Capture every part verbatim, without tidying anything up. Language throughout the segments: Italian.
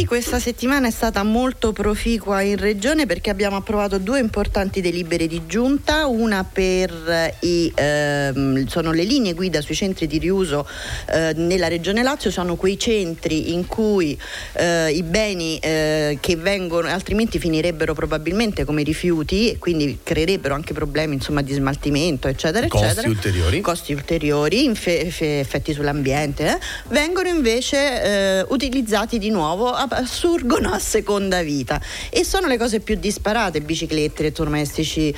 questa settimana è stata molto proficua in regione perché abbiamo approvato due importanti delibere di giunta, una per i ehm, sono le linee guida sui centri di riuso eh, nella regione Lazio, sono quei centri in cui eh, i beni eh, che vengono altrimenti finirebbero probabilmente come rifiuti e quindi creerebbero anche problemi insomma di smaltimento eccetera costi eccetera ulteriori costi ulteriori infe- efe- effetti sull'ambiente eh, vengono invece eh, utilizzati di nuovo, assurgono a seconda vita e sono le cose più disparate: biciclette, elettrodomestici,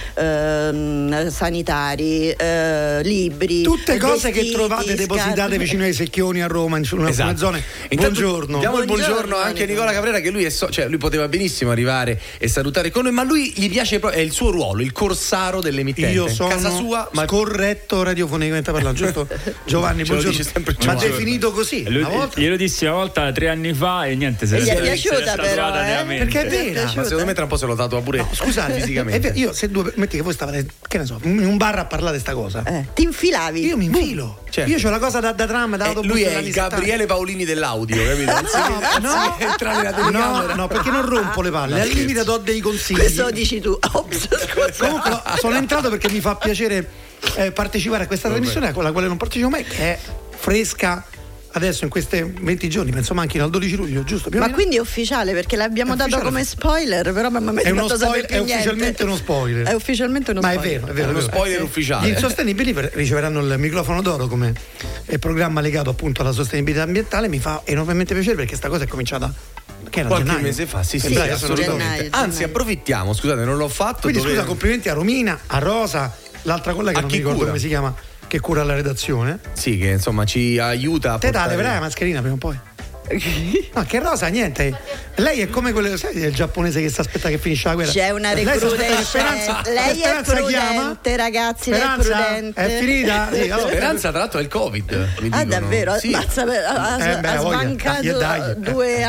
ehm, sanitari, eh, libri, tutte cose vestiti, che trovate depositate scarpe. vicino ai secchioni a Roma in alcune esatto. zone. Intanto Buongiorno. diamo il buongiorno, Buongiorno anche a Nicola. Nicola Caprera, che lui è so- cioè lui poteva benissimo arrivare e salutare con noi, ma lui gli piace proprio, è il suo ruolo, il corsaro dell'emittente. Io sono casa sua, ma scorretto radiofonicamente parlando, giusto? Giovanni, Ce lo buongiorno. dice sempre Ma Giovanni. definito così. Lui- Una volta. glielo dissi una volta tre anni fa e niente, se E gli è se- piaciuta se l'è però, tatuata eh? nella mente. Perché è Mi è vera. piaciuta. ma secondo me tra un po' se lo tatua pure No, scusate, fisicamente. è vero, io se due metti che voi stavate, che ne so, in un bar a parlare di sta cosa. Eh, ti infilavi. Io mi infilo. Certo. Io c'ho la cosa da, da tram, da Eh, autobus lui è degli il anni settanta. Gabriele Paolini dell'audio, capito? Non si vede- No, non si entra nella no, telecamera. no, perché non rompo le palle, No, al limite scherzo. do dei consigli. Questo lo dici tu. Ops, scusa. Comunque sono entrato perché mi fa piacere eh, partecipare a questa trasmissione con la quale non partecipo mai, che è fresca adesso in questi venti giorni, penso manchino al dodici luglio, giusto? Più o Ma meno. quindi è ufficiale perché l'abbiamo È dato ufficiale. come spoiler, però non mi avete È uno fatto sapere spoiler- più è niente. ufficialmente uno spoiler. È ufficialmente uno Ma è spoiler. vero, è vero. È uno è vero. spoiler Eh, ufficiale. Gli Insostenibili riceveranno il microfono d'oro come eh, programma legato appunto alla sostenibilità ambientale. Mi fa enormemente piacere perché sta cosa è cominciata che era Qualche gennaio. mese fa, sì, sì, Febbraio, sì, se non ricordo. assolutamente. Gennaio, Anzi, gennaio. approfittiamo, scusate, non l'ho fatto. Quindi dove- scusa, complimenti a Romina, a Rosa, l'altra collega A che non chi mi ricordo cura? come si chiama, che cura la redazione. Sì, che insomma ci aiuta a Te portare... dai, vedrai la mascherina prima o poi. No, che Rosa, niente. Lei è come quello, sai, il giapponese che si aspetta che finisce la guerra. C'è una Lei si aspetta che recrudescenza. Speranza- Lei è Speranza chiama. prudente, ragazzi, lei è Speranza, prudente. è finita? Sì, allora. Speranza, tra l'altro, è il Covid. Mi Ah, dicono. davvero? Sì. Mazza, ha, ha- Eh, beh, ha voglia. sbancato Dai, dai. due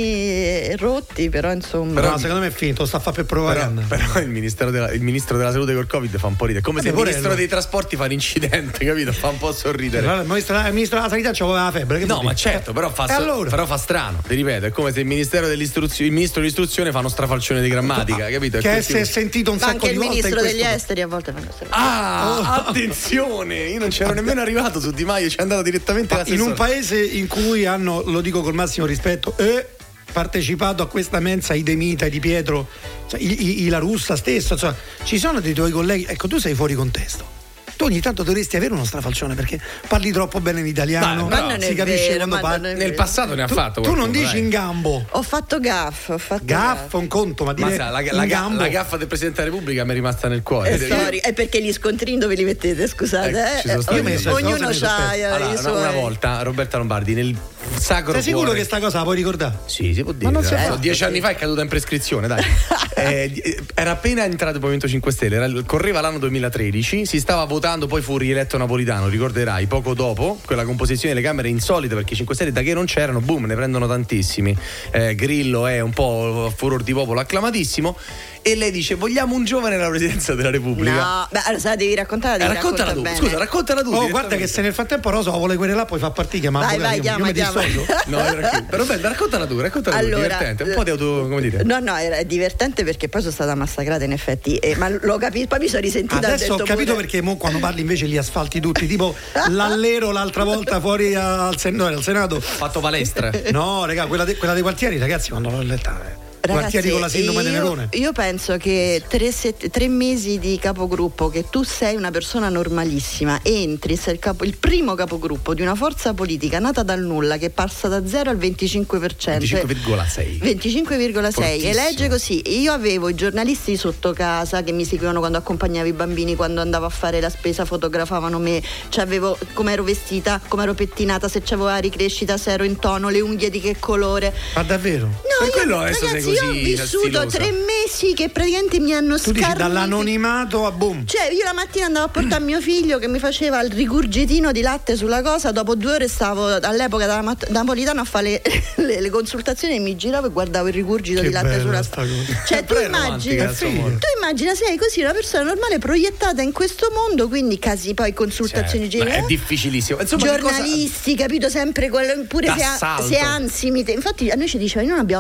anni rotti, però insomma. No, secondo me è finito, sta a fare per Però, propaganda. però il, ministero della, il ministro della salute col Covid fa un po' ridere. Come se il Vabbè, ministro Porello. dei trasporti fa l'incidente, capito? Fa un po' sorridere. Allora, il ministro, il ministro della sanità c'aveva la febbre. Che No, vuol ma dire? certo, però fa, E allora? però fa strano, ti ripeto, è come se il ministero dell'istruzione, il ministro dell'istruzione fa uno strafalcione di grammatica, capito? È Che quel si è tipo- sentito un Ma sacco anche di il volte in ministro degli questo- esteri a volte fanno queste cose. Ah, attenzione, io non c'ero nemmeno arrivato su Di Maio, ci è andato direttamente Ma in un l'assessore. paese in cui hanno, lo dico col massimo rispetto, eh, partecipato a questa mensa i De Mita, i Di Pietro, cioè, i, i- i La Russa stesso, cioè, ci sono dei tuoi colleghi, ecco, tu sei fuori contesto. Tu ogni tanto dovresti avere uno strafalcione perché parli troppo bene l'italiano, Ma- ma non si è capisce vero, quando ma parli. non è Nel passato ne ha Tu, fatto tu non qualcuno, dici dai. in gambo, Ho fatto gaff, ho fatto gaff, un conto, ma Ma dire sa, la, in la, ga- gambo. la gaffa del Presidente della Repubblica mi è rimasta nel cuore. È, Io- storico. È perché gli scontrini dove li mettete, scusate, Ecco, ci eh? sono stati Ogni- queste ognuno cose, ha mi i Allora, una, suoi. una volta Roberta Lombardi nel sacro Sei sicuro cuore- che sta cosa la puoi ricordare? Sì, si può dire. Ma non si dai. fa. Dieci anni fa è caduta in prescrizione, dai. Eh, di- era appena entrato il Movimento cinque Stelle, era- correva l'anno duemilatredici, si stava votando, poi fu rieletto Napolitano, ricorderai, poco dopo, quella composizione delle Camere insolita perché i cinque Stelle da che non c'erano, boom, ne prendono tantissimi. Eh, Grillo è un po' a furor di popolo acclamatissimo e lei dice vogliamo un giovane alla presidenza della Repubblica. No, beh, allora se la devi raccontare, Eh, devi raccontala tu, raccontare scusa, bene. raccontala tu. Oh, guarda che se nel frattempo Rosa vuole querelare poi fa partire, chiama Vai, avvocato, vai, io- chiama, io mi chiama. dissocio. No, tranquillo. Però beh, raccontala tu, raccontala tu, Allora, divertente, un po' di auto, come dire. No, no, era divertente perché poi sono stata massacrata in effetti, eh, ma lo capisco, poi mi sono risentita. Adesso ho detto capito pure- perché mo quando parli invece li asfalti tutti, tipo l'allero l'altra volta fuori al, Sen- no, al Senato. Ho fatto palestra. No, raga, quella, de- quella dei quartieri, ragazzi, quando l'ho letta. eh. Ragazzi, Quartieri con la sindrome di io, Nerone. io penso che tre, set- tre mesi di capogruppo, che tu sei una persona normalissima, entri, sei il, capo, il primo capogruppo di una forza politica nata dal nulla che passa da zero al venticinque per cento. venticinque virgola sei. venticinque virgola sei e Fortissimo. legge così. Io avevo i giornalisti sotto casa che mi seguivano quando accompagnavo i bambini, quando andavo a fare la spesa, fotografavano me, cioè avevo come ero vestita, come ero pettinata, se c'avevo la ricrescita, se ero in tono, le unghie di che colore. Ma davvero? No, Per io, quello adesso sei ragazzi, così io ho vissuto stilosa. tre mesi che praticamente mi hanno Tu dici scarnito. dall'anonimato a boom. Cioè, io la mattina andavo a portare mio figlio che mi faceva il rigurgitino di latte sulla cosa, dopo due ore stavo all'epoca da, Mat- da Napolitano a fare le, le, le consultazioni e mi giravo e guardavo il rigurgito Che di latte bella sulla sta cosa. Cioè, tu Però è immagini, romantica, tu insomma. immagina sei così una persona normale proiettata in questo mondo, quindi casi poi consultazioni Certo, ma è generali. difficilissimo. Insomma, che cosa- Giornalisti, capito, sempre quello, pure se, D'assalto. se anzi mi te- infatti a noi ci diceva io non abbiamo mai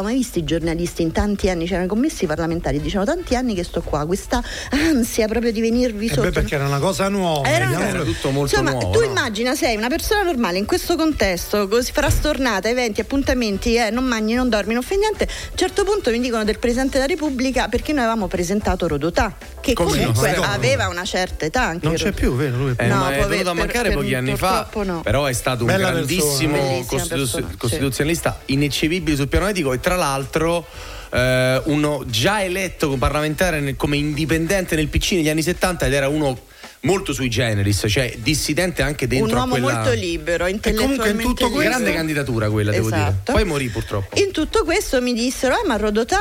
mai visto i giornalisti in tanti anni, c'erano i commessi parlamentari, dicevano tanti anni che sto qua, questa ansia proprio di venirvi sotto. Eh beh, perché era una cosa nuova, era, era tutto molto insomma, nuovo. tu no? immagina, sei una persona normale in questo contesto così frastornata, eventi, appuntamenti, eh, non mangi, non dormi, non fai niente. A un certo punto mi dicono del Presidente della Repubblica, perché noi avevamo presentato Rodotà, che Come comunque no? aveva una certa età anche. Non c'è più, vero? Lui è Eh, No, ma è pover- venuto a mancare per- pochi per- anni fa, no. però è stato un Bella grandissimo persona. costitu- Bellissima persona, costituzionalista, ineccepibile sul piano etico, e tra l'altro eh, uno già eletto come parlamentare nel- come indipendente nel P C negli anni settanta, ed era uno molto sui generis, cioè dissidente anche dentro un uomo a quella... molto libero, intellettualmente comunque in tutto libero. grande candidatura quella, devo dire. Esatto. Poi morì purtroppo. In tutto questo mi dissero, eh ma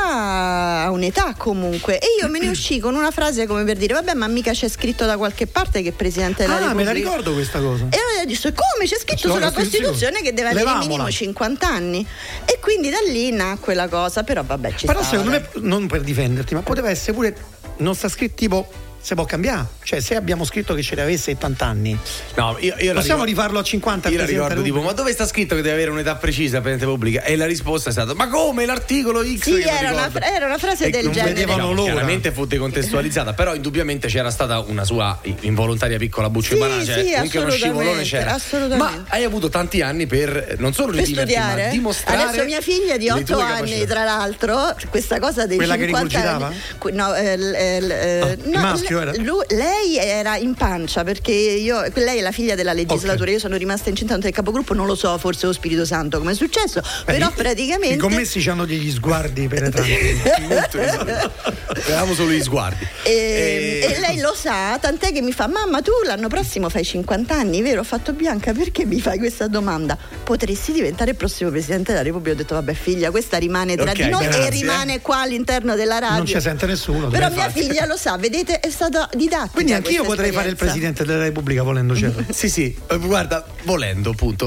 Rodotà ha un'età comunque, e io me ne uscì con una frase come per dire, vabbè, ma mica c'è scritto da qualche parte che è Presidente della Ah, Repubblica. me la ricordo questa cosa. E allora disse, come c'è scritto Sulla sulla Costituzione. Costituzione che deve avere Levamola. minimo cinquanta anni, e quindi da lì nacque la cosa, però vabbè, ci Però stava, secondo dai. me, non per difenderti, ma poteva essere pure, non sta scritto tipo, si può cambiare. Cioè, se abbiamo scritto che ce ne avesse settanta anni, No, io, io la possiamo ricordo- rifarlo a cinquanta. Io la Presidente ricordo della tipo, ma dove sta scritto che deve avere un'età precisa Presidente Pubblica? E la risposta è stata, ma come l'articolo X? Sì, che non era una, ricordo. fra- era una frase E del non genere. vedevano Diciamo, l'ora. chiaramente fu decontestualizzata, però indubbiamente c'era stata una sua involontaria piccola buccia Sì, di banana, cioè sì, anche uno scivolone assolutamente, c'era. assolutamente. Ma hai avuto tanti anni per non solo Per redimerti, ma studiare. dimostrare. Adesso mia figlia di le otto tue anni, capacità. tra l'altro, questa cosa dei Quella che cinquanta rigurgitava? anni. que- No, eh, l- eh, l- eh, Ah, no, maschio le- era? lui- lei era in pancia, perché io, lei è la figlia della legislatura, Ok. io sono rimasta incinta del capogruppo, non lo so, forse lo Spirito Santo come è successo, Beh, però i- praticamente I commessi hanno degli sguardi penetranti. Molto esatto. Avevamo solo gli sguardi. E, E- e lei lo sa, tant'è che mi fa, mamma, tu l'anno prossimo fai cinquanta anni, vero? Ho fatto, Bianca, perché mi fai questa domanda? Potresti diventare il prossimo Presidente della Repubblica? Ho detto, vabbè figlia, questa rimane tra Ok, di noi grazie. e rimane qua all'interno della radio. Non ci sente nessuno. Però Beh, mia infatti. figlia lo sa, vedete, è stata didattica. Quindi anch'io questa potrei fare il esperienza. Presidente della Repubblica volendo, certo. Sì, sì, eh, guarda, volendo, appunto.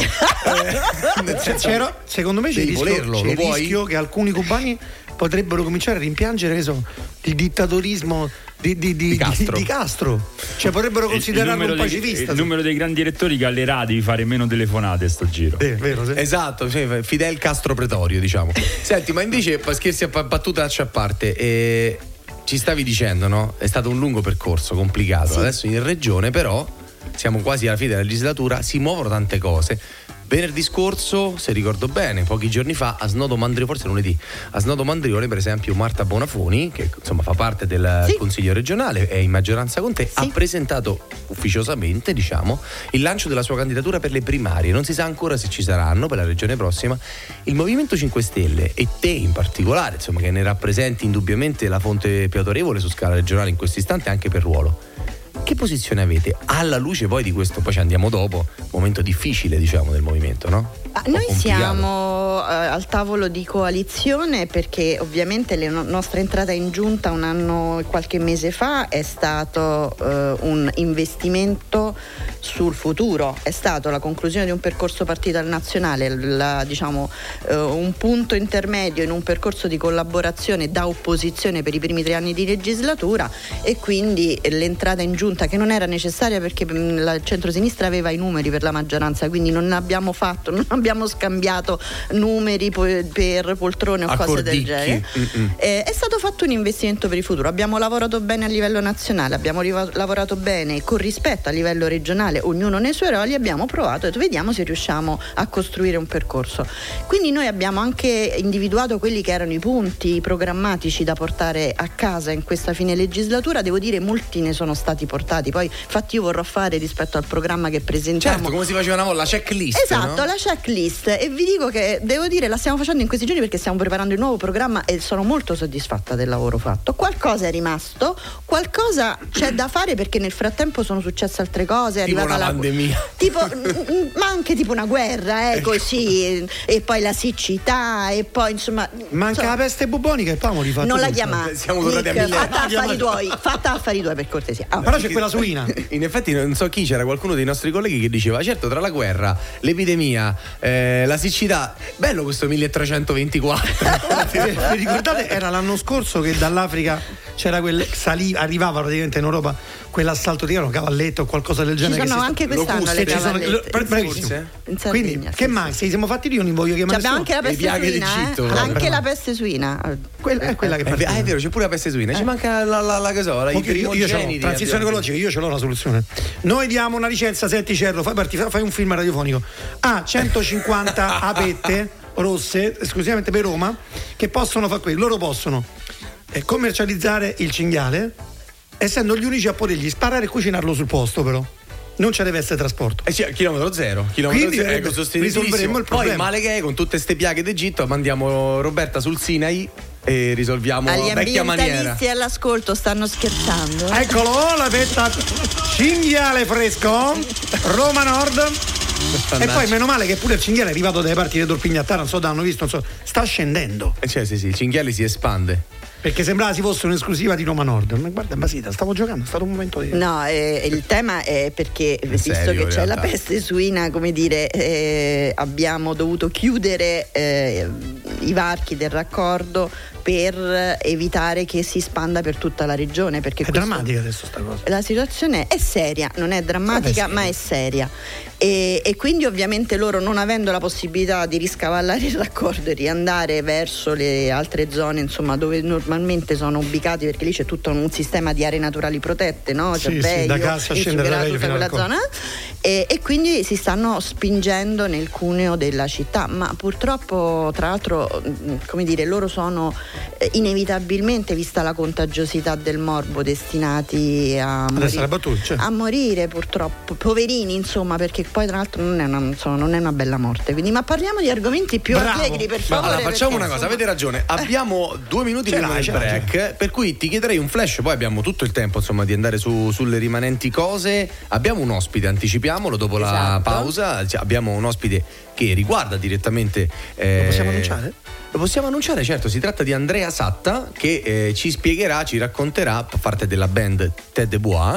Eh, nel senso- C'era, secondo me c'è il Devi rischio, volerlo, c'è lo il vuoi? rischio che alcuni cubani potrebbero cominciare a rimpiangere, che so, il dittatorismo di, di, di, Di Castro. di- di Castro. Cioè potrebbero Il- il considerarlo un numero dei- pacifista. Il numero dei grandi elettori callerà di fare meno telefonate sto giro. Sì, vero, sì. Esatto, sì, Fidel Castro Pretorio, diciamo. Senti, ma invece, pa- scherzi a pa- battutaccia a parte, eh, ci stavi dicendo, no? È stato un lungo percorso, complicato. Adesso in regione, però, siamo quasi alla fine della legislatura, si muovono tante cose. Venerdì scorso, se ricordo bene, pochi giorni fa, a Snodo Mandriole, forse lunedì, a Snodo Mandriole, per esempio, Marta Bonafoni, che insomma fa parte del Sì. Consiglio regionale, è in maggioranza con te, Sì. ha presentato ufficiosamente, diciamo, il lancio della sua candidatura per le primarie. Non si sa ancora se ci saranno per la regione prossima. Il Movimento cinque Stelle, e te in particolare, insomma, che ne rappresenti indubbiamente la fonte più autorevole su scala regionale in questo istante, anche per ruolo. Che posizione avete alla luce poi di questo? Poi ci andiamo dopo, momento difficile, diciamo, del movimento, no? Ah, Un po' noi complicato. siamo eh, al tavolo di coalizione perché ovviamente la no- nostra entrata in giunta un anno e qualche mese fa è stato eh, un investimento sul futuro, è stato la conclusione di un percorso partito nazionale, la- diciamo eh, un punto intermedio in un percorso di collaborazione da opposizione per i primi tre anni di legislatura, e quindi l'entrata in giunta, che non era necessaria perché mh, la centrosinistra aveva i numeri per la maggioranza, quindi non abbiamo fatto, non abbiamo scambiato numeri po- per poltrone o cose del Accordicchi. genere. Mm-mm. Eh, è stato fatto un investimento per il futuro, abbiamo lavorato bene a livello nazionale, abbiamo riva- lavorato bene con rispetto a livello regionale, ognuno nei suoi ruoli, abbiamo provato e detto, vediamo se riusciamo a costruire un percorso. Quindi noi abbiamo anche individuato quelli che erano i punti programmatici da portare a casa in questa fine legislatura, devo dire molti ne sono stati portati, poi infatti io vorrò fare rispetto al programma che presentiamo. Certo, come si faceva una volta, la checklist. Esatto, no? la checklist, e vi dico che devo dire la stiamo facendo in questi giorni perché stiamo preparando il nuovo programma e sono molto soddisfatta del lavoro fatto. Qualcosa è rimasto, qualcosa c'è da fare perché nel frattempo sono successe altre cose, è Tipo arrivata una la pandemia. tipo mm, ma anche tipo una guerra, eh, così, e poi la siccità e poi insomma Manca insomma, la peste bubonica e poi abbiamo rifatto non la tutto. chiamate. Siamo tornati a Nick, mille- fatta Ah, affari chiamate- tuoi, fatta affari tuoi per cortesia. Ah, Però c'è quella suina. In effetti non so chi, c'era qualcuno dei nostri colleghi che diceva, certo, tra la guerra, l'epidemia, eh, la siccità, bello questo milletrecentoventiquattro. Vi ricordate? Era l'anno scorso che dall'Africa c'era quel salì, arrivava praticamente in Europa quell'assalto di un cavalletto o qualcosa del genere. Ci sono che anche sta... quest'anno le cavallette. Bravissimo. In Sardegna, Quindi sì, che sì. mai? Se siamo fatti io non voglio chiamare abbiamo anche la peste suina, eh? Anche la peste suina. Quella è quella che eh, ah, è vero, c'è pure la peste suina, eh. ci manca la, la, la casola, i io, io ce l'ho, transizione ecologica, io ce l'ho la soluzione. Noi diamo una licenza, senti Cerro, fai, partire, fai un film radiofonico a centocinquanta apette rosse esclusivamente per Roma che possono fare quello, loro possono eh, commercializzare il cinghiale, essendo gli unici a potergli sparare e cucinarlo sul posto, però non ci deve essere trasporto. Eh sì, chilometro zero, chilometro Quindi zero, ecco, risolveremo il problema. Poi male che è, con tutte ste piaghe d'Egitto mandiamo Roberta sul Sinai e risolviamo agli vecchia maniera. Agli ambientalisti all'ascolto stanno scherzando. Eccolo, la fetta cinghiale fresco, Roma Nord. E poi meno male che pure il cinghiale è arrivato dalle parti di Torpignattara, non so da hanno visto, non so, sta scendendo. Eh cioè sì sì, il cinghiale si espande. Perché sembrava si fosse un'esclusiva di Roma Nord. Ma guarda Basita, stavo giocando, è stato un momento di... No, eh, il tema è perché è visto serio, che c'è la peste suina, come dire, eh, abbiamo dovuto chiudere eh, i varchi del raccordo per evitare che si spanda per tutta la regione, perché è questo, drammatica adesso sta cosa. La situazione è seria, non è drammatica, ma è seria. E, e quindi ovviamente loro, non avendo la possibilità di riscavallare il raccordo e riandare verso le altre zone, insomma, dove normalmente sono ubicati, perché lì c'è tutto un sistema di aree naturali protette, no? Sì, sì, da Cassia scende da tutta quella zona, e, e quindi si stanno spingendo nel cuneo della città, ma purtroppo, tra l'altro, come dire, loro sono eh, inevitabilmente, vista la contagiosità del morbo, destinati a morire, battuta, cioè. a morire purtroppo, poverini, insomma, perché poi tra l'altro non è una, insomma, non è una bella morte. Quindi, ma parliamo di argomenti più allegri, per favore. Allora facciamo perché, una cosa, insomma, avete ragione, abbiamo due minuti Ce prima l'hai, del ce l'hai. break, per cui ti chiederei un flash, poi abbiamo tutto il tempo insomma di andare su, sulle rimanenti cose. Abbiamo un ospite, anticipiamolo dopo la Esatto. pausa, cioè, abbiamo un ospite che riguarda direttamente eh, Lo possiamo annunciare? Lo possiamo annunciare, certo, si tratta di Andrea Satta che eh, ci spiegherà, ci racconterà, fa parte della band Ted de Bois,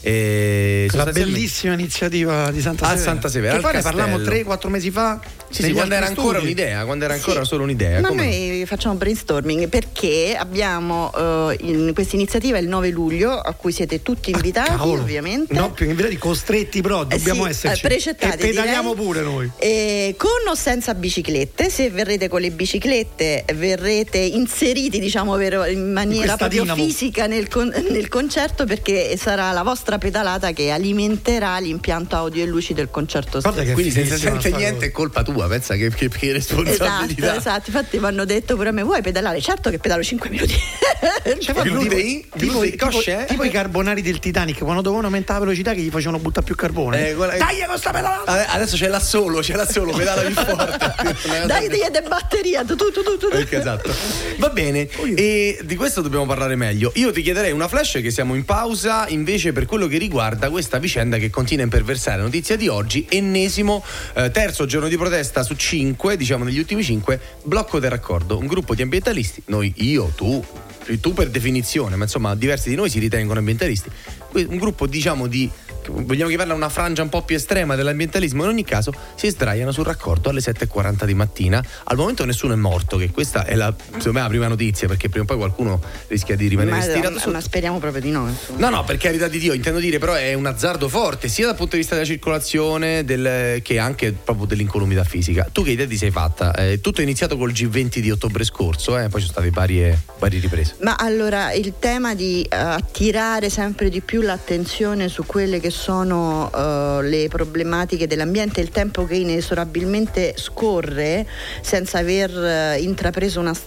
eh, la bellissima iniziativa di Santa a Severa. Santa Severa, che poi ne parlavamo Castello. tre quattro mesi fa. Sì, sì, quando era ancora studi. un'idea, quando era ancora Sì, solo un'idea. ma come... noi facciamo brainstorming perché abbiamo uh, in questa iniziativa il nove luglio, a cui siete tutti invitati, ah, ovviamente. No, più invitati, costretti, però dobbiamo eh sì, esserci. eh, precettati, e pedaliamo direi. pure noi. E con o senza biciclette, se verrete con le biciclette verrete inseriti, diciamo, per, in maniera In proprio dinamo. fisica nel, con, nel concerto, perché sarà la vostra pedalata che alimenterà l'impianto audio e luci del concerto Guarda stesso. che Quindi se si fighissima sente sta niente cosa. è colpa tua, pensa che, che, che Esatto, responsabilità. esatto, infatti mi hanno detto pure a me, vuoi pedalare? Certo che pedalo cinque minuti. Cioè, fanno Glutei? tipo, tipo, Glutei? tipo, Cosce? tipo i carbonari del Titanic quando dovevano aumentare la velocità che gli facevano buttare più carbone. Eh, quella- Dai con sta pedalata! Ade- Adesso ce l'ha solo, ce l'ha solo, pedala più forte. Dai, dai, de batteria, tu, tu, tu, tu, tu. Ecco, esatto. Va bene, e di questo dobbiamo parlare meglio. Io ti chiederei una flash, che siamo in pausa invece per quello che riguarda questa vicenda che continua a imperversare. Notizia di oggi, ennesimo eh, terzo giorno di protesta su cinque, diciamo negli ultimi cinque, blocco del raccordo. Un gruppo di ambientalisti, noi, io, tu, tu per definizione, ma insomma diversi di noi si ritengono ambientalisti. Un gruppo, diciamo, di, vogliamo chiamarla una frangia un po' più estrema dell'ambientalismo, in ogni caso si sdraiano sul raccordo alle sette e quaranta di mattina. Al momento nessuno è morto, che questa è la, secondo me, la prima notizia, perché prima o poi qualcuno rischia di rimanere Ma, stirato ma, sotto. ma speriamo proprio di no, insomma. No, no, per carità di Dio, intendo dire, però è un azzardo forte, sia dal punto di vista della circolazione del, che anche proprio dell'incolumità fisica. Tu che idea ti sei fatta? Eh, tutto è iniziato col G venti di ottobre scorso, eh, poi ci sono state varie, varie riprese. Ma allora, il tema di uh, attirare sempre di più l'attenzione su quelle che sono uh, le problematiche dell'ambiente, il tempo che inesorabilmente scorre senza aver uh, intrapreso una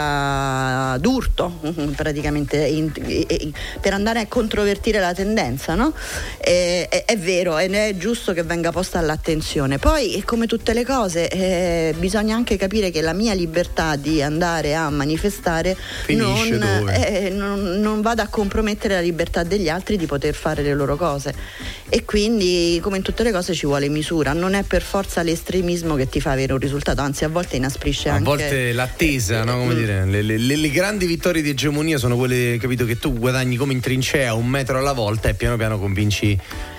strada d'urto, praticamente, in, in, per andare a controvertire la tendenza, no? Eh, è, è vero, ed è giusto che venga posta all'attenzione. Poi, come tutte le cose, eh, bisogna anche capire che la mia libertà di andare a manifestare Finisce non, dove? eh, non, non vada a compromettere la libertà degli altri di poter fare le loro cose, e quindi, come in tutte le cose, ci vuole misura. Non è per forza l'estremismo che ti fa avere un risultato, anzi a volte inasprisce A anche. volte l'attesa, no? Come dire, le, le, le grandi vittorie di egemonia sono quelle, capito, che tu guadagni come in trincea un metro alla volta e piano piano convinci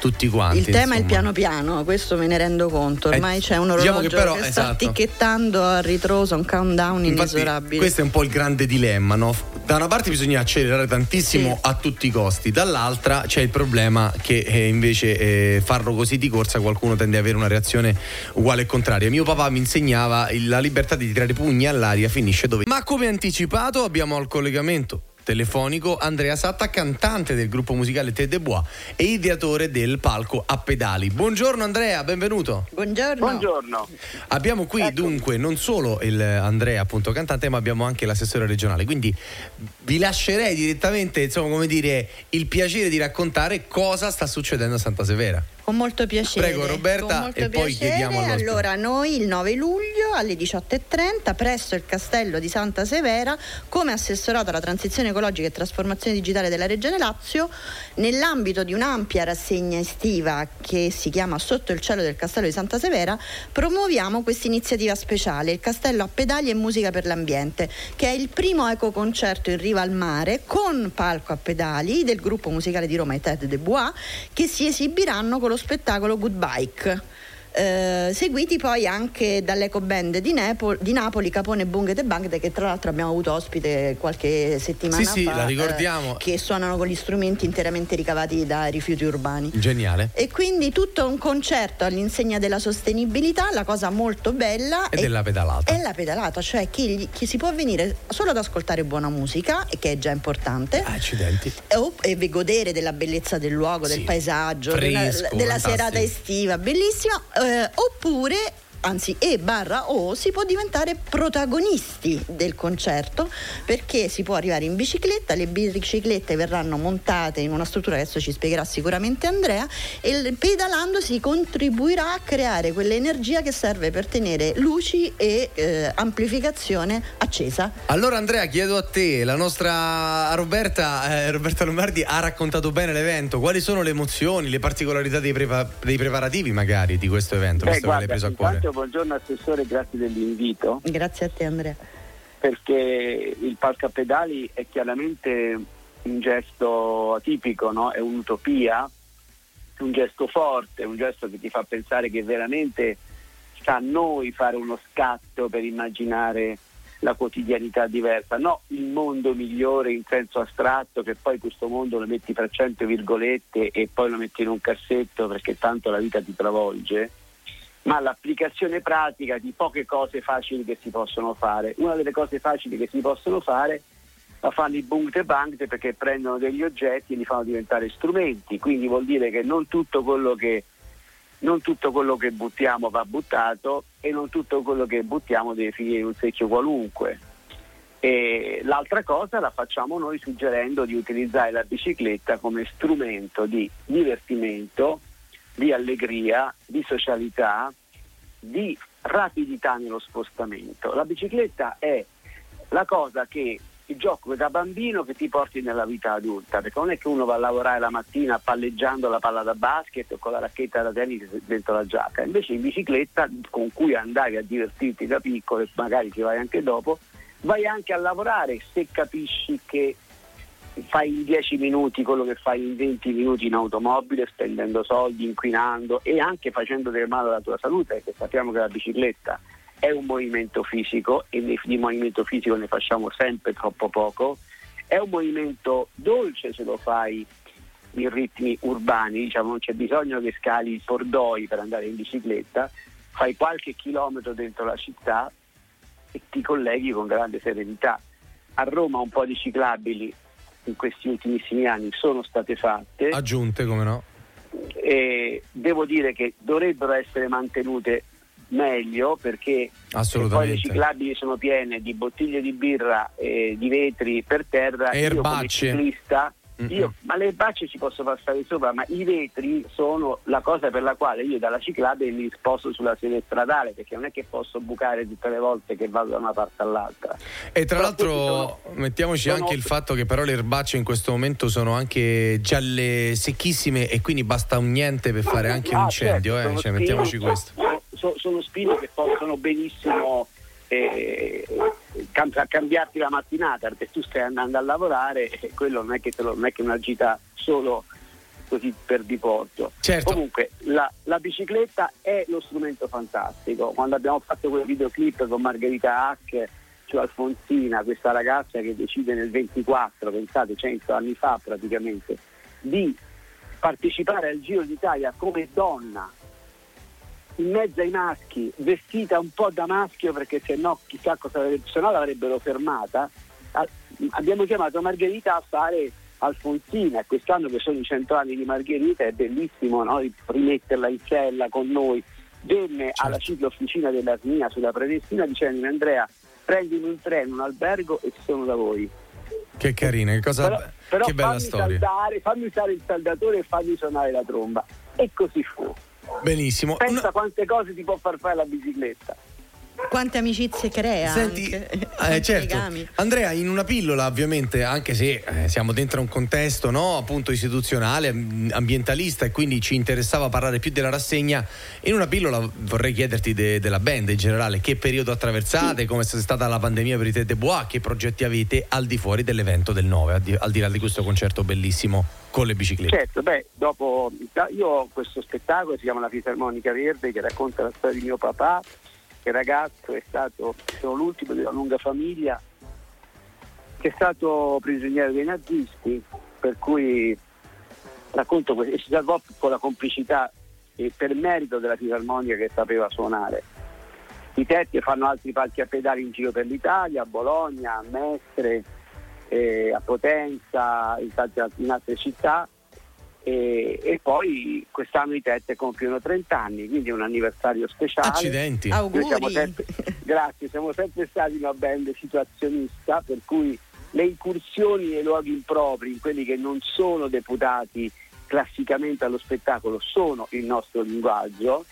tutti quanti. Il tema insomma. è il piano piano, questo me ne rendo conto. Ormai eh, c'è un orologio diciamo che, però, che sta esatto. ticchettando a ritroso, un countdown Infatti, inesorabile. questo è un po' il grande dilemma, no? Da una parte bisogna accelerare tantissimo sì. a tutti i costi, dall'altra c'è il problema che eh, invece eh, farlo così di corsa qualcuno tende ad avere una reazione uguale e contraria. Mio papà mi insegnava la libertà di tirare pugni all'aria finisce dove. Ma come anticipato abbiamo al collegamento telefonico Andrea Satta, cantante del gruppo musicale Tête de Bois e ideatore del palco a pedali. Buongiorno Andrea, benvenuto. Buongiorno. Buongiorno. Abbiamo qui ecco. dunque non solo il Andrea appunto cantante, ma abbiamo anche l'assessore regionale, quindi vi lascerei direttamente, insomma, come dire, il piacere di raccontare cosa sta succedendo a Santa Severa. Con molto piacere. Prego Roberta molto e poi piacere. chiediamo all'ospite. Allora, noi il nove luglio alle diciotto e trenta presso il castello di Santa Severa, come assessorato alla transizione ecologica e trasformazione digitale della Regione Lazio, nell'ambito di un'ampia rassegna estiva che si chiama Sotto il cielo del castello di Santa Severa, promuoviamo questa iniziativa speciale, il castello a pedali e musica per l'ambiente, che è il primo ecoconcerto in riva al mare con palco a pedali del gruppo musicale di Roma, i Tête de Bois, che si esibiranno con lo spettacolo Good Bike. Eh, seguiti poi anche dall'eco band di, Nepo- di Napoli, Capone Bunga e The Band, che tra l'altro abbiamo avuto ospite qualche settimana sì, fa, sì, la ricordiamo. Eh, che suonano con gli strumenti interamente ricavati da rifiuti urbani. Geniale. E quindi tutto un concerto all'insegna della sostenibilità. La cosa molto bella e è della pedalata. È la pedalata, cioè chi, chi si può venire solo ad ascoltare buona musica, e che è già importante. Accidenti. O, e godere della bellezza del luogo, sì. del paesaggio, Fresco, della, della fantastico. serata estiva, bellissima. Eh, oppure anzi e barra o si può diventare protagonisti del concerto, perché si può arrivare in bicicletta, le biciclette verranno montate in una struttura che adesso ci spiegherà sicuramente Andrea, e pedalando si contribuirà a creare quell'energia che serve per tenere luci e eh, amplificazione accesa. Allora Andrea, chiedo a te, la nostra Roberta eh, Roberta Lombardi ha raccontato bene l'evento, quali sono le emozioni, le particolarità dei, prepa- dei preparativi magari di questo evento, Beh, visto guarda, che l'hai preso a cuore? Buongiorno Assessore, grazie dell'invito. Grazie a te Andrea. Perché il palco a pedali è chiaramente un gesto atipico, no? È un'utopia, un gesto forte, un gesto che ti fa pensare che veramente sta a noi fare uno scatto per immaginare la quotidianità diversa, no il mondo migliore in senso astratto, che poi questo mondo lo metti fra cento virgolette e poi lo metti in un cassetto perché tanto la vita ti travolge, ma l'applicazione pratica di poche cose facili che si possono fare. Una delle cose facili che si possono fare la fanno i Bunga e Band, perché prendono degli oggetti e li fanno diventare strumenti, quindi vuol dire che non tutto quello che non tutto quello che buttiamo va buttato e non tutto quello che buttiamo deve finire in un secchio qualunque. E l'altra cosa la facciamo noi suggerendo di utilizzare la bicicletta come strumento di divertimento, di allegria, di socialità, di rapidità nello spostamento. La bicicletta è la cosa che il gioco da bambino che ti porti nella vita adulta, perché non è che uno va a lavorare la mattina palleggiando la palla da basket o con la racchetta da tennis dentro la giacca, invece in bicicletta, con cui andavi a divertirti da piccolo e magari ci vai anche dopo, vai anche a lavorare se capisci che fai in dieci minuti quello che fai in venti minuti in automobile, spendendo soldi, inquinando e anche facendo del male alla tua salute, perché sappiamo che la bicicletta è un movimento fisico e di movimento fisico ne facciamo sempre troppo poco, è un movimento dolce se lo fai in ritmi urbani, diciamo non c'è bisogno che scali i pordoi per andare in bicicletta, fai qualche chilometro dentro la città e ti colleghi con grande serenità. A Roma un po' di ciclabili in questi ultimissimi anni sono state fatte, aggiunte come no, e devo dire che dovrebbero essere mantenute meglio, perché poi le ciclabili sono piene di bottiglie di birra e di vetri per terra e io erbacce. come ciclista Io, ma le erbacce ci posso passare sopra, ma i vetri sono la cosa per la quale io dalla ciclabile mi sposto sulla sede stradale, perché non è che posso bucare tutte le volte che vado da una parte all'altra. E tra però l'altro sono, mettiamoci sono... anche il fatto che però le erbacce in questo momento sono anche gialle secchissime e quindi basta un niente per fare anche ah, un incendio, certo, eh? Cioè, spine, mettiamoci questo. Sono, sono spine che possono benissimo eh, cam- cambiarti la mattinata, perché tu stai andando a lavorare e quello non è che te lo, non è che una gita solo così per diporto. Certo. Comunque la, la bicicletta è lo strumento fantastico. Quando abbiamo fatto quel videoclip con Margherita Hack, cioè Alfonsina, questa ragazza che decide nel ventiquattro, pensate cento anni fa praticamente, di partecipare al Giro d'Italia come donna in mezzo ai maschi, vestita un po' da maschio, perché se no chissà cosa avrebbe, se no l'avrebbero fermata. Abbiamo chiamato Margherita a fare Alfonsina, e quest'anno che sono i cento anni di Margherita è bellissimo, no? Rimetterla in sella con noi. Venne certo. alla ciclo officina dell'Armina sulla Predestina dicendomi: Andrea, prendimi un treno, un albergo e sono da voi. Che carina, che cosa però, però che bella fammi storia. Saldare, fammi usare il saldatore e fammi suonare la tromba. E così fu. Benissimo. Pensa no. quante cose ti può far fare la bicicletta. Quante amicizie crea. Senti, anche. eh, certo. Andrea, in una pillola, ovviamente, anche se eh, siamo dentro un contesto, no, appunto istituzionale, ambientalista, e quindi ci interessava parlare più della rassegna, in una pillola vorrei chiederti de, della band in generale, che periodo attraversate, sì. come è stata la pandemia per i Tête de Bois, che progetti avete al di fuori dell'evento del nove, al di, al di là di questo concerto bellissimo con le biciclette. Certo, beh, dopo io ho questo spettacolo, si chiama La Fisarmonica Verde, che racconta la storia di mio papà, che ragazzo è stato, sono l'ultimo di una lunga famiglia, che è stato prigioniero dei nazisti, per cui racconto questo, e si salvò con la complicità e per merito della fisarmonica che sapeva suonare. I Tetti fanno altri palchi a pedali in giro per l'Italia, a Bologna, a Mestre, eh, a Potenza, in, tante, in altre città. E, e poi quest'anno i Tette compiono trenta anni, quindi è un anniversario speciale. Accidenti. Auguri. Siamo sempre, grazie, siamo sempre stati una band situazionista, per cui le incursioni nei luoghi impropri, in quelli che non sono deputati classicamente allo spettacolo, sono il nostro linguaggio.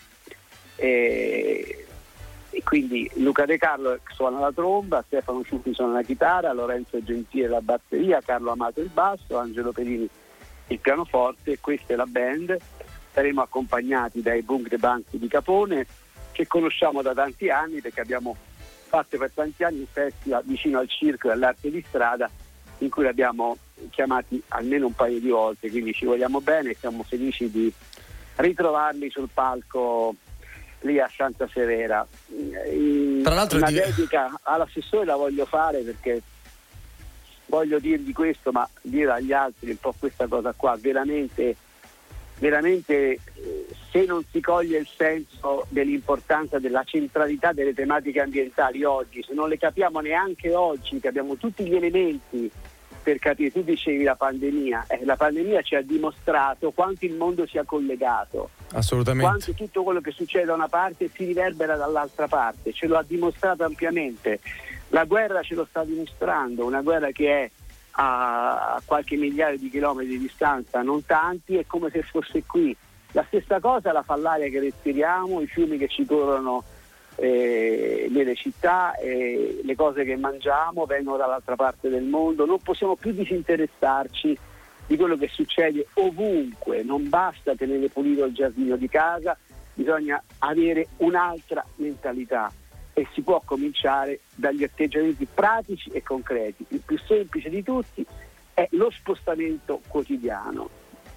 E, e quindi Luca De Carlo suona la tromba, Stefano Ciuffi suona la chitarra, Lorenzo Gentile la batteria, Carlo Amato il basso, Angelo Pedini il pianoforte. Questa è la band. Saremo accompagnati dai Bunk the Bank di Capone, che conosciamo da tanti anni perché abbiamo fatto per tanti anni un festival vicino al Circo dell'Arte di Strada, in cui li abbiamo chiamati almeno un paio di volte, quindi ci vogliamo bene e siamo felici di ritrovarli sul palco lì a Santa Severa. Tra l'altro una di... dedica all'assessore la voglio fare, perché voglio dirgli questo, ma dire agli altri un po' questa cosa qua, veramente veramente se non si coglie il senso dell'importanza della centralità delle tematiche ambientali oggi, se non le capiamo neanche oggi, che abbiamo tutti gli elementi per capire. Tu dicevi la pandemia, eh, la pandemia ci ha dimostrato quanto il mondo sia collegato, assolutamente, quanto tutto quello che succede da una parte si riverbera dall'altra parte, ce lo ha dimostrato ampiamente. La guerra ce lo sta dimostrando, una guerra che è a qualche migliaio di chilometri di distanza, non tanti, è come se fosse qui. La stessa cosa la fa l'aria che respiriamo, i fiumi che ci corrono eh, nelle città, eh, le cose che mangiamo vengono dall'altra parte del mondo. Non possiamo più disinteressarci di quello che succede ovunque, non basta tenere pulito il giardino di casa, bisogna avere un'altra mentalità. E si può cominciare dagli atteggiamenti pratici e concreti. Il più semplice di tutti è lo spostamento quotidiano.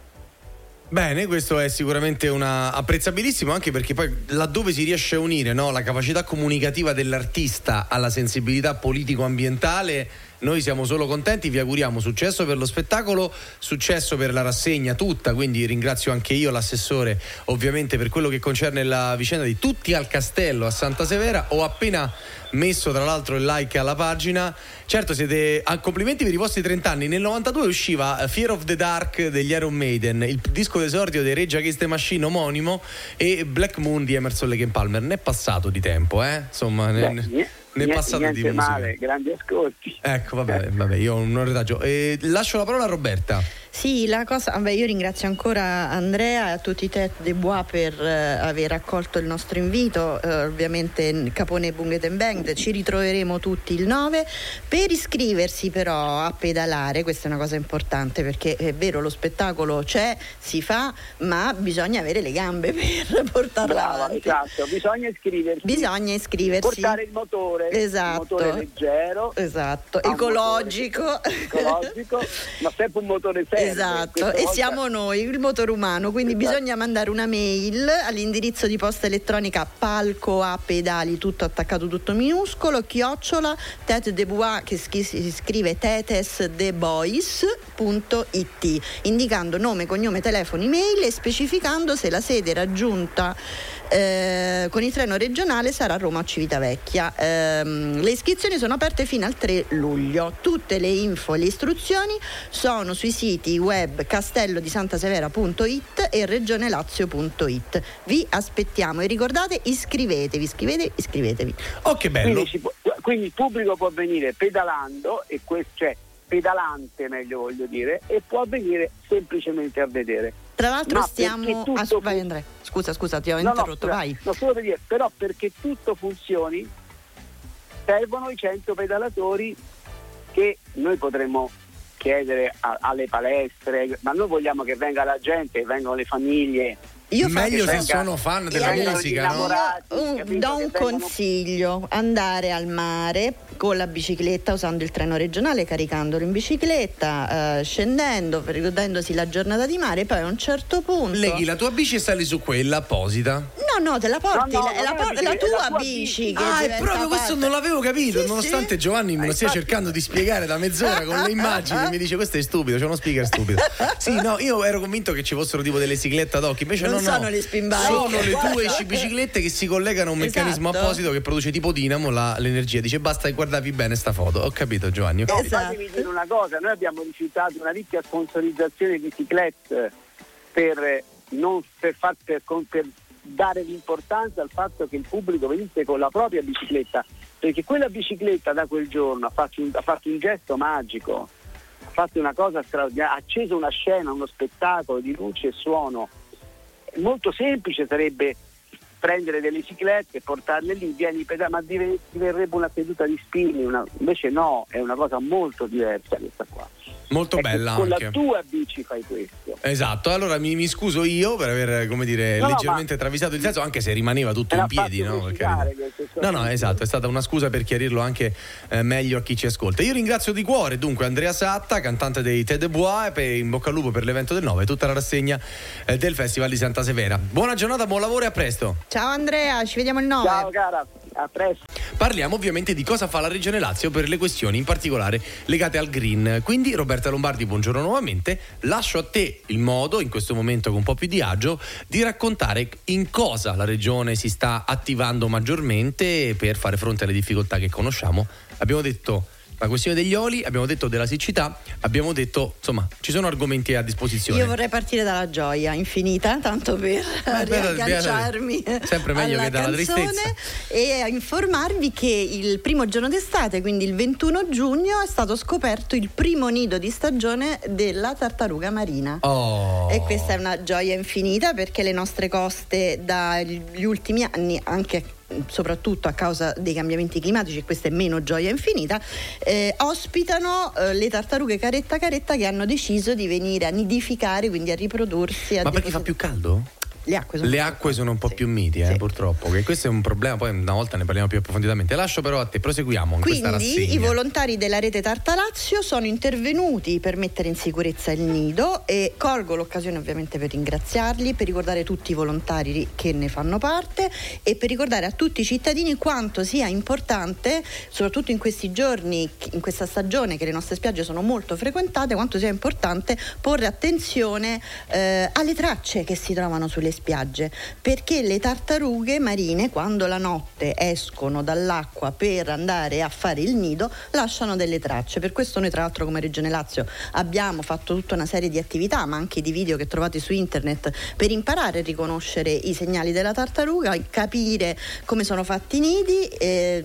Bene, questo è sicuramente una apprezzabilissimo, anche perché poi laddove si riesce a unire, no, la capacità comunicativa dell'artista alla sensibilità politico-ambientale, noi siamo solo contenti, vi auguriamo successo per lo spettacolo, successo per la rassegna tutta, quindi ringrazio anche io l'assessore ovviamente per quello che concerne la vicenda di Tutti al Castello a Santa Severa. Ho appena messo tra l'altro il like alla pagina. Certo, siete a complimenti per i vostri trenta anni. Nel novantadue usciva Fear of the Dark degli Iron Maiden, il disco d'esordio dei Rage Against the Machine omonimo, e Black Moon di Emerson Lake and Palmer. Ne è passato di tempo, eh? Insomma, Beh, ne, niente, ne è passato niente di musica. male, grandi ascolti. Ecco, vabbè, vabbè, io ho un retaggio. Eh, lascio la parola a Roberta. Sì, la cosa, vabbè, io ringrazio ancora Andrea e a tutti i Tête de Bois per eh, aver accolto il nostro invito. Eh, ovviamente Capone e Bunk Band ci ritroveremo tutti il nove. Per iscriversi però a pedalare, questa è una cosa importante, perché è vero, lo spettacolo c'è, si fa, ma bisogna avere le gambe per portarlo Brava, avanti. esatto, bisogna iscriversi. Bisogna iscriversi. Portare il motore, esatto. il motore leggero, esatto, un ecologico. motore ecologico, ma sempre un motore serio. Esatto, e siamo noi, il motore umano, quindi esatto. Bisogna mandare una mail all'indirizzo di posta elettronica palco a pedali, tutto attaccato, tutto minuscolo, chiocciola tete de bois, che si scrive tetesdebois.it, indicando nome, cognome, telefono, email e specificando se la sede raggiunta Eh, con il treno regionale sarà a Roma o Civitavecchia. Eh, le iscrizioni sono aperte fino al tre luglio. Tutte le info e le istruzioni sono sui siti web castello di santasevera punto it e regionelazio punto it. Vi aspettiamo e ricordate, iscrivetevi, iscrivetevi, iscrivetevi. Oh, che bello! Quindi, può, quindi il pubblico può venire pedalando, e questo, cioè pedalante meglio voglio dire, e può venire semplicemente a vedere. Tra l'altro Ma stiamo tutto... ah, vai Andrea. Scusa, scusa, ti ho no, interrotto, no, vai. No, solo per dire, però perché tutto funzioni servono i cento pedalatori che noi potremmo chiedere a, alle palestre, ma noi vogliamo che venga la gente, che vengano le famiglie. Io meglio se venga, sono fan della musica, no? Io uh, do un consiglio: andare al mare con la bicicletta, usando il treno regionale, caricandolo in bicicletta, eh, scendendo, ricordandosi la giornata di mare, poi a un certo punto leghi la tua bici e sali su quella apposita. No, no, te la porti, no, no, la, la, por- la, tua la tua bici, bici che ah, è proprio questo, non l'avevo capito, sì, nonostante sì. Giovanni me lo stia cercando di spiegare da mezz'ora con le immagini. Mi dice questo è stupido, c'è uno speaker stupido. Sì, no, io ero convinto che ci fossero tipo delle ciclette ad occhi, invece non no, sono no. le spin bike, sono le tue biciclette che si collegano a un meccanismo esatto. apposito che produce tipo dinamo la, l'energia. Dice basta guardavi bene sta foto. Ho capito, Giovanni. No, esatto. fatemi dire una cosa, noi abbiamo rifiutato una ricca sponsorizzazione di ciclette per non per, far, per, per dare l'importanza al fatto che il pubblico venisse con la propria bicicletta, perché quella bicicletta da quel giorno ha fatto un, ha fatto un gesto magico, ha fatto una cosa straordinaria, ha acceso una scena, uno spettacolo di luce e suono. Molto semplice sarebbe prendere delle ciclette e portarle lì, vieni pedale, ma diverrebbe una seduta di spinning, una... invece no, è una cosa molto diversa questa qua. Molto è bella con anche. la tua bici fai questo. Esatto, allora mi, mi scuso io per aver, come dire, no, leggermente no, travisato il senso, anche se rimaneva tutto in piedi, no? No, no, esatto, è stata una scusa per chiarirlo anche eh, meglio a chi ci ascolta. Io ringrazio di cuore dunque Andrea Satta, cantante dei Tete de Bois, e in bocca al lupo per l'evento del nove e tutta la rassegna eh, del Festival di Santa Severa. Buona giornata, buon lavoro e a presto. Ciao Andrea, ci vediamo il nove. Ciao cara, a presto. Parliamo ovviamente di cosa fa la Regione Lazio per le questioni in particolare legate al green. Quindi Roberta Lombardi, buongiorno nuovamente. Lascio a te il modo, in questo momento con un po' più di agio, di raccontare in cosa la Regione si sta attivando maggiormente per fare fronte alle difficoltà che conosciamo. Abbiamo detto la questione degli oli, abbiamo detto della siccità, abbiamo detto, insomma, ci sono argomenti a disposizione. Io vorrei partire dalla gioia infinita, tanto per riagganciarmi sempre meglio che dalla tristezza, e informarvi che il primo giorno d'estate, quindi il ventuno giugno, è stato scoperto il primo nido di stagione della tartaruga marina. Oh. E questa è una gioia infinita, perché le nostre coste dagli ultimi anni, anche soprattutto a causa dei cambiamenti climatici, e questa è meno gioia infinita, eh, ospitano eh, le tartarughe caretta caretta che hanno deciso di venire a nidificare, quindi a riprodursi. A Ma perché fa più caldo? Le acque sono, Le acque sono un po' sì. più miti, eh, sì. purtroppo. Che questo è un problema, poi una volta ne parliamo più approfonditamente. Lascio però a te, proseguiamo in Quindi questa rassegna. I volontari della rete Tartalazio sono intervenuti per mettere in sicurezza il nido, e colgo l'occasione ovviamente per ringraziarli, per ricordare tutti i volontari che ne fanno parte e per ricordare a tutti i cittadini quanto sia importante, soprattutto in questi giorni, in questa stagione che le nostre spiagge sono molto frequentate, quanto sia importante porre attenzione eh, alle tracce che si trovano sulle spiagge, perché le tartarughe marine, quando la notte escono dall'acqua per andare a fare il nido, lasciano delle tracce. Per questo noi, tra l'altro, come Regione Lazio abbiamo fatto tutta una serie di attività, ma anche di video che trovate su internet, per imparare a riconoscere i segnali della tartaruga, capire come sono fatti i nidi, eh,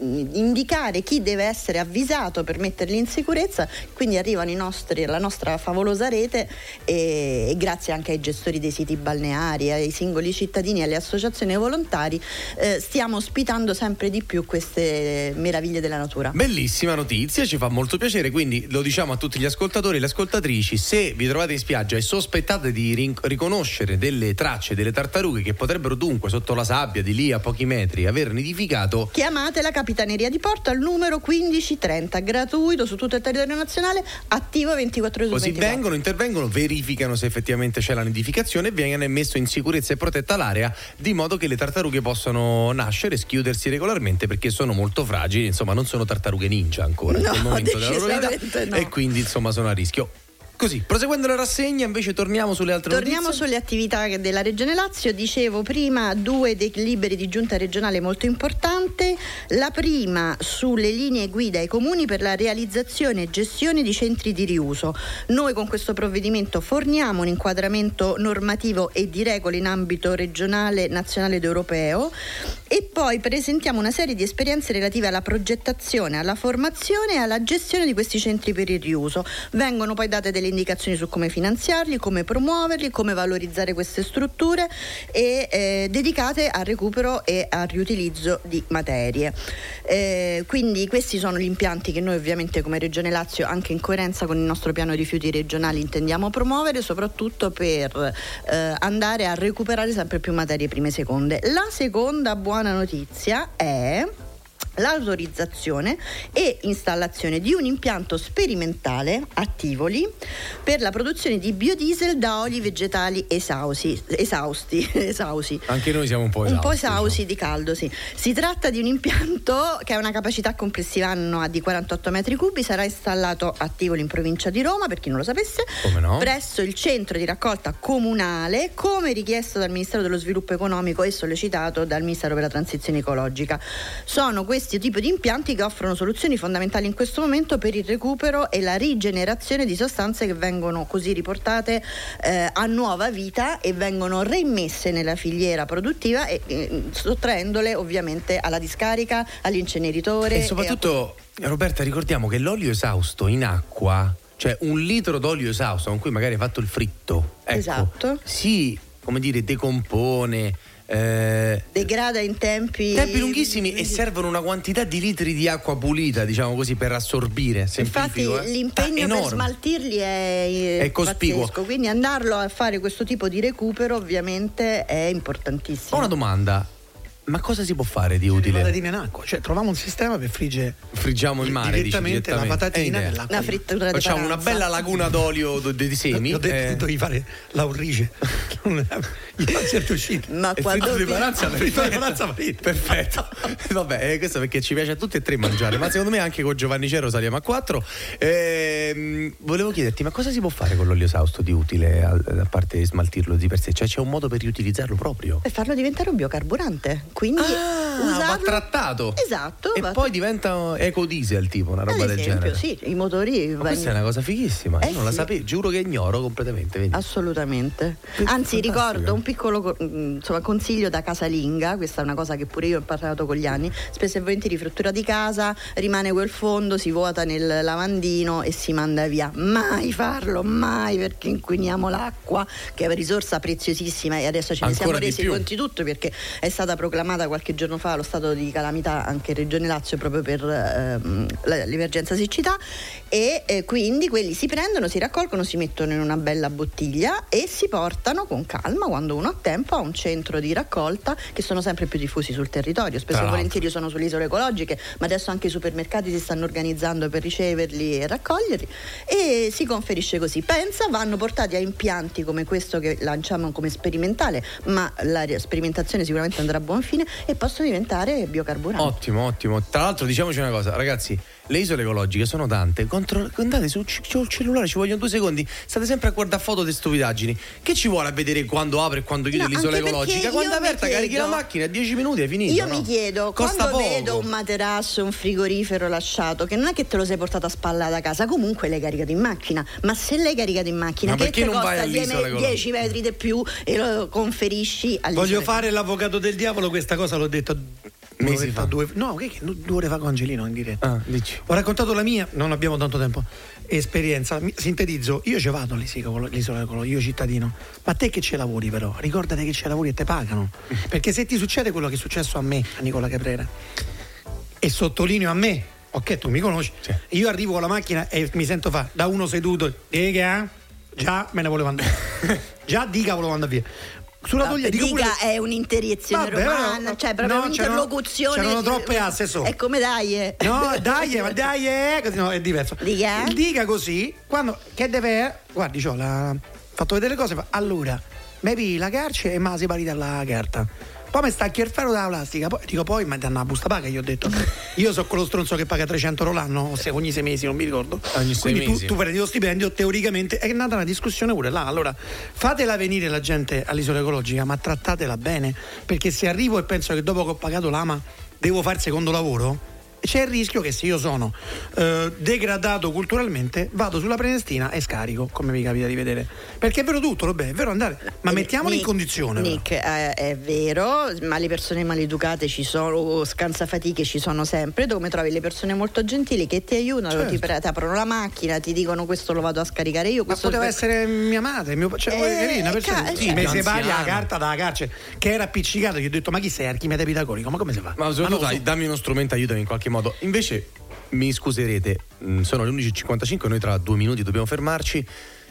indicare chi deve essere avvisato per metterli in sicurezza. Quindi arrivano i nostri, la nostra favolosa rete, e, e grazie anche ai gestori dei siti balneari, volontari, ai singoli cittadini e alle associazioni volontari, eh, stiamo ospitando sempre di più queste meraviglie della natura. Bellissima notizia, ci fa molto piacere, quindi lo diciamo a tutti gli ascoltatori e le ascoltatrici: se vi trovate in spiaggia e sospettate di rin- riconoscere delle tracce delle tartarughe che potrebbero dunque sotto la sabbia di lì a pochi metri aver nidificato, chiamate la Capitaneria di Porto al numero quindici trenta, gratuito su tutto il territorio nazionale, attivo ventiquattro ore su così ventiquattro. vengono, intervengono, verificano se effettivamente c'è la nidificazione e viene messo in sicurezza e protetta l'area, di modo che le tartarughe possano nascere e schiudersi regolarmente, perché sono molto fragili, insomma non sono tartarughe ninja ancora in No, quel momento della loro vita, no. e quindi insomma sono a rischio. Così, proseguendo la rassegna, invece torniamo sulle altre Torniamo notizie. sulle attività della Regione Lazio. Dicevo prima due deliberi di giunta regionale molto importanti. La prima sulle linee guida ai comuni per la realizzazione e gestione di centri di riuso. Noi con questo provvedimento forniamo un inquadramento normativo e di regole in ambito regionale, nazionale ed europeo, e poi presentiamo una serie di esperienze relative alla progettazione, alla formazione e alla gestione di questi centri per il riuso. Vengono poi date delle indicazioni su come finanziarli, come promuoverli, come valorizzare queste strutture e eh, dedicate al recupero e al riutilizzo di materie. Eh, quindi questi sono gli impianti che noi ovviamente come Regione Lazio, anche in coerenza con il nostro piano rifiuti regionali, intendiamo promuovere, soprattutto per eh, andare a recuperare sempre più materie prime seconde. La seconda buona notizia è l'autorizzazione e installazione di un impianto sperimentale a Tivoli per la produzione di biodiesel da oli vegetali esausi, esausti, esausi. Anche noi siamo un po' esausti. Un po' esausi di caldo, sì. Si tratta di un impianto che ha una capacità complessiva annua di quarantotto metri cubi, sarà installato a Tivoli in provincia di Roma, per chi non lo sapesse, come no? presso il centro di raccolta comunale, come richiesto dal Ministero dello Sviluppo Economico e sollecitato dal Ministero per la Transizione Ecologica. Sono questi tipo di impianti che offrono soluzioni fondamentali in questo momento per il recupero e la rigenerazione di sostanze che vengono così riportate eh, a nuova vita e vengono reimmesse nella filiera produttiva, e eh, sottraendole ovviamente alla discarica, all'inceneritore. E soprattutto, e a... Roberta, ricordiamo che l'olio esausto in acqua, cioè un litro d'olio esausto con cui magari hai fatto il fritto, ecco, esatto, si, come dire, decompone, Eh, degrada in tempi tempi lunghissimi e servono una quantità di litri di acqua pulita, diciamo così, per assorbire. Infatti eh. l'impegno ah, per smaltirli è, è cospicuo, pazzesco, quindi andarlo a fare questo tipo di recupero ovviamente è importantissimo. Ho una domanda: ma cosa si può fare di utile? Le patatine in acqua, cioè troviamo un sistema per friggere, friggiamo in mare, direttamente, dici, direttamente la patatina eh, nell'acqua. Una frittura di facciamo una bella laguna d'olio di, di semi. Ho detto eh. di fare l'aurice. Gli non si è riuscito. Ma E quando fritto di paranza, Fritto di paranza perfetto. perfetto. Vabbè, eh, questo perché ci piace a tutti e tre mangiare, ma secondo me anche con Giovanni Cero saliamo a quattro. Ehm, volevo chiederti, ma cosa si può fare con l'olio esausto di utile, a, a parte smaltirlo di per sé? Cioè c'è un modo per riutilizzarlo proprio? Per farlo diventare un biocarburante, quindi ah, usarlo... va trattato. Esatto. E va poi diventa ecodiesel, tipo una roba Ad del esempio, genere. sì, i motori. Ma questa è una cosa fighissima, Eh io non la sì. sapevo, giuro che ignoro completamente. Vedi? Assolutamente. Che Anzi, fantastica. ricordo un piccolo insomma, consiglio da casalinga, questa è una cosa che pure io ho imparato con gli anni. Spesso e volentieri frittura di casa, rimane quel fondo, si vuota nel lavandino e si manda via. Mai farlo, mai, perché inquiniamo l'acqua, che è una risorsa preziosissima, e adesso ce ne Ancora siamo di resi più. conti tutto, perché è stata proclamata qualche giorno fa lo stato di calamità anche in Regione Lazio proprio per ehm, l'emergenza siccità, e eh, quindi quelli si prendono, si raccolgono, si mettono in una bella bottiglia e si portano con calma, quando uno ha tempo, a un centro di raccolta, che sono sempre più diffusi sul territorio. Spesso e volentieri io sono sulle isole ecologiche, ma adesso anche i supermercati si stanno organizzando per riceverli e raccoglierli, e si conferisce così. Pensa, vanno portati a impianti come questo che lanciamo come sperimentale, ma la sperimentazione sicuramente andrà a buon fine, e possono diventare biocarburanti. Ottimo, ottimo. Tra l'altro diciamoci una cosa, ragazzi, le isole ecologiche sono tante, Contro... andate sul, sul cellulare, ci vogliono due secondi, state sempre a guardare foto di stupidaggini. Che ci vuole a vedere quando apre e quando chiude No, l'isola anche ecologica? Quando è io mi aperta carichi la chiedo- macchina, dieci minuti hai finito. Io no? mi chiedo, Costa quando poco. vedo un materasso, un frigorifero lasciato, che non è che te lo sei portato a spalla da casa, comunque l'hai caricato in macchina, ma se l'hai caricato in macchina, Ma che perché te non vai costa all'isola ecologica? dieci metri di più e lo conferisci all'isola? Voglio fare l'avvocato del diavolo, questa cosa l'ho detto Mesi fa. Due, no, che, che due ore fa con Angelino in diretta. Ah, dici. Ho raccontato la mia, non abbiamo tanto tempo, esperienza. Mi, sintetizzo, io ci vado all'isola, io cittadino, ma te che ci lavori però, ricordate che ci lavori e te pagano. Perché se ti succede quello che è successo a me, a Nicola Caprera, e sottolineo a me, ok, tu mi conosci, sì. Io arrivo con la macchina e mi sento fa da uno seduto, dica, già me ne volevo andare. Già dica volevo andare via. Sulla no, toglia dica pure... è un'interiezione Vabbè, romana, no, cioè proprio no, un'interlocuzione. C'erano, c'erano troppe asse so. È come dai. Eh. No, dai, ma dai, eh, così no, è diverso. Dica. Dica così, quando che deve, guardi, c'ho la fatto vedere le cose, fa, allora, bevi la carce e ma si pari dalla carta. Poi mi stacchi il ferro dalla plastica, poi dico poi mi danno la busta paga, io ho detto. Io so quello stronzo che paga trecento euro l'anno, o se ogni sei mesi, non mi ricordo. Ogni sei Quindi mesi. tu, tu prendi lo stipendio, teoricamente è nata una discussione pure là. Allora, fatela venire la gente all'isola ecologica, ma trattatela bene, perché se arrivo e penso che dopo che ho pagato l'ama devo fare il secondo lavoro, c'è il rischio che se io sono eh, degradato culturalmente vado sulla Prenestina e scarico, come mi capita di vedere, perché è vero tutto, vabbè, è vero andare, ma mettiamoli Nick, in condizione. Nick, eh, è vero, ma le persone maleducate ci sono, o scansafatiche ci sono sempre. Tu come trovi le persone molto gentili che ti aiutano, certo. ti, pre- ti aprono la macchina, ti dicono questo lo vado a scaricare io. Ma poteva per... essere mia madre, mio, cioè, eh, una persona ca- sì, cioè, mi separi la anziano. carta dalla carcere che era appiccicato, gli ho detto ma chi sei, Archimede Pitagorico, ma come si fa? Ma soprattutto dai, dammi uno strumento, aiutami in qualche modo. Invece mi scuserete, mh, sono le undici e cinquantacinque, noi tra due minuti dobbiamo fermarci.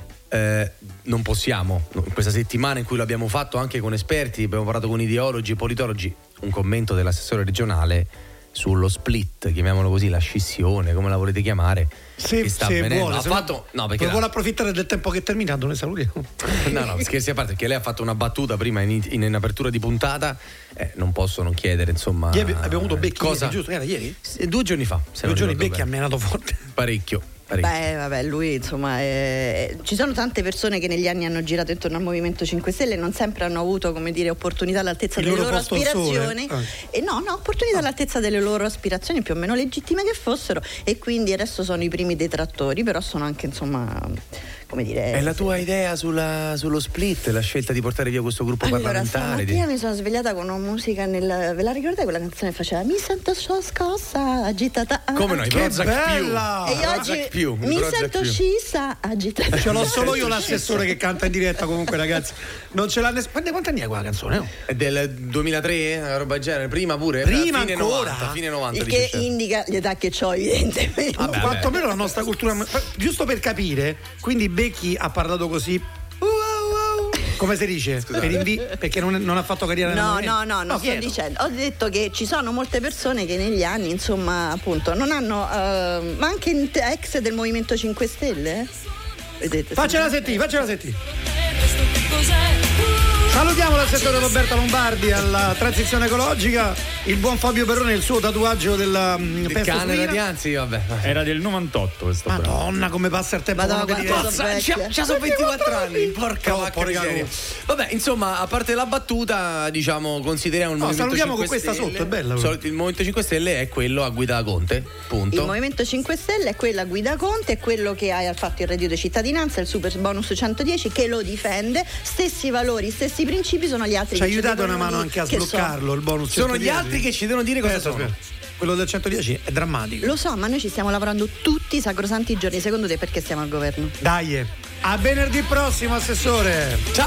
Eh, non possiamo, in questa settimana in cui l'abbiamo fatto anche con esperti, abbiamo parlato con ideologi e politologi, un commento dell'assessore regionale sullo split, chiamiamolo così, la scissione, come la volete chiamare, se, che sta se avvenendo. vuole, ha se fatto, no, perché vuole la... approfittare del tempo che è terminato, noi salutiamo. No, no, scherzi a parte, perché lei ha fatto una battuta prima in, in, in apertura di puntata, eh, non posso non chiedere, insomma. Ieri abbiamo avuto Becchi, cosa... ieri, giusto? Era ieri? Due giorni fa. Se Due giorni Becchi Becchi ha menato forte. Parecchio. Parecchio. Beh, vabbè, lui insomma è... ci sono tante persone che negli anni hanno girato intorno al Movimento cinque Stelle e non sempre hanno avuto, come dire, opportunità all'altezza Il delle loro loro posto al aspirazioni sole. e no, no, opportunità all'altezza delle loro aspirazioni, più o meno legittime che fossero, e quindi adesso sono i primi detrattori, però sono anche, insomma, come dire. È la tua idea sulla, sullo split, la scelta di portare via questo gruppo allora, parlamentare? Stamattina mi sono svegliata con una musica nel. Ve la ricordate quella canzone che faceva? Mi sento scossa, agitata. Come no? I Che Prozac bella! più. E io oggi più, mi Prozac sento più. scissa, agitata. Ce l'ho solo io l'assessore che canta in diretta, comunque, ragazzi. Non ce l'ha nessuno. Quanti, quanti anni è quella canzone? No? È del duemilatré, una roba del genere, prima pure? Prima fine ancora? novanta, fine novanta. Il dice, che cioè. indica l'età che ho, evidentemente. Vabbè, Quantomeno la nostra cultura. Giusto per capire, quindi Becchi ha parlato così. Uh, uh, uh, come si dice? Per invi- perché non, non ha fatto carriera nel No, movimento. no, no, non sto chiedo. dicendo. Ho detto che ci sono molte persone che negli anni, insomma, appunto, non hanno. Uh, ma anche in- ex del Movimento cinque Stelle? Eh? Vedete? Faccela sentire, faccela sentire. Salutiamo l'assessore Roberta Lombardi alla transizione ecologica, il buon Fabio Perrone, il suo tatuaggio della um, Il peste cane suina. radianzi, vabbè. Era del novantotto questo brano. Madonna, come passa il tempo. Madonna, quando vedi- quanto Pazza, vecchia. c'ha- Già sono ventiquattro anni, porca Troppo, vacca raga. miseria. Vabbè, insomma, a parte la battuta, diciamo, consideriamo il No, Movimento salutiamo cinque con questa Stelle. sotto, è bella. Sol- Il Movimento cinque Stelle è quello a guida Conte, punto. Il Movimento cinque Stelle è quella guida Conte, è quello che ha fatto il reddito di cittadinanza, il super bonus centodieci, che lo difende. Stessi valori, stessi principi sono gli altri. Ci che aiutate devono una mano dire anche a che sbloccarlo il bonus Sono gli centodieci. altri che ci devono dire cosa Aspetta, sono. aspetta. Quello del centodieci è drammatico. Lo so, ma noi ci stiamo lavorando tutti i sacrosanti giorni. Secondo te perché stiamo al governo? Dai, a venerdì prossimo, assessore. Ciao.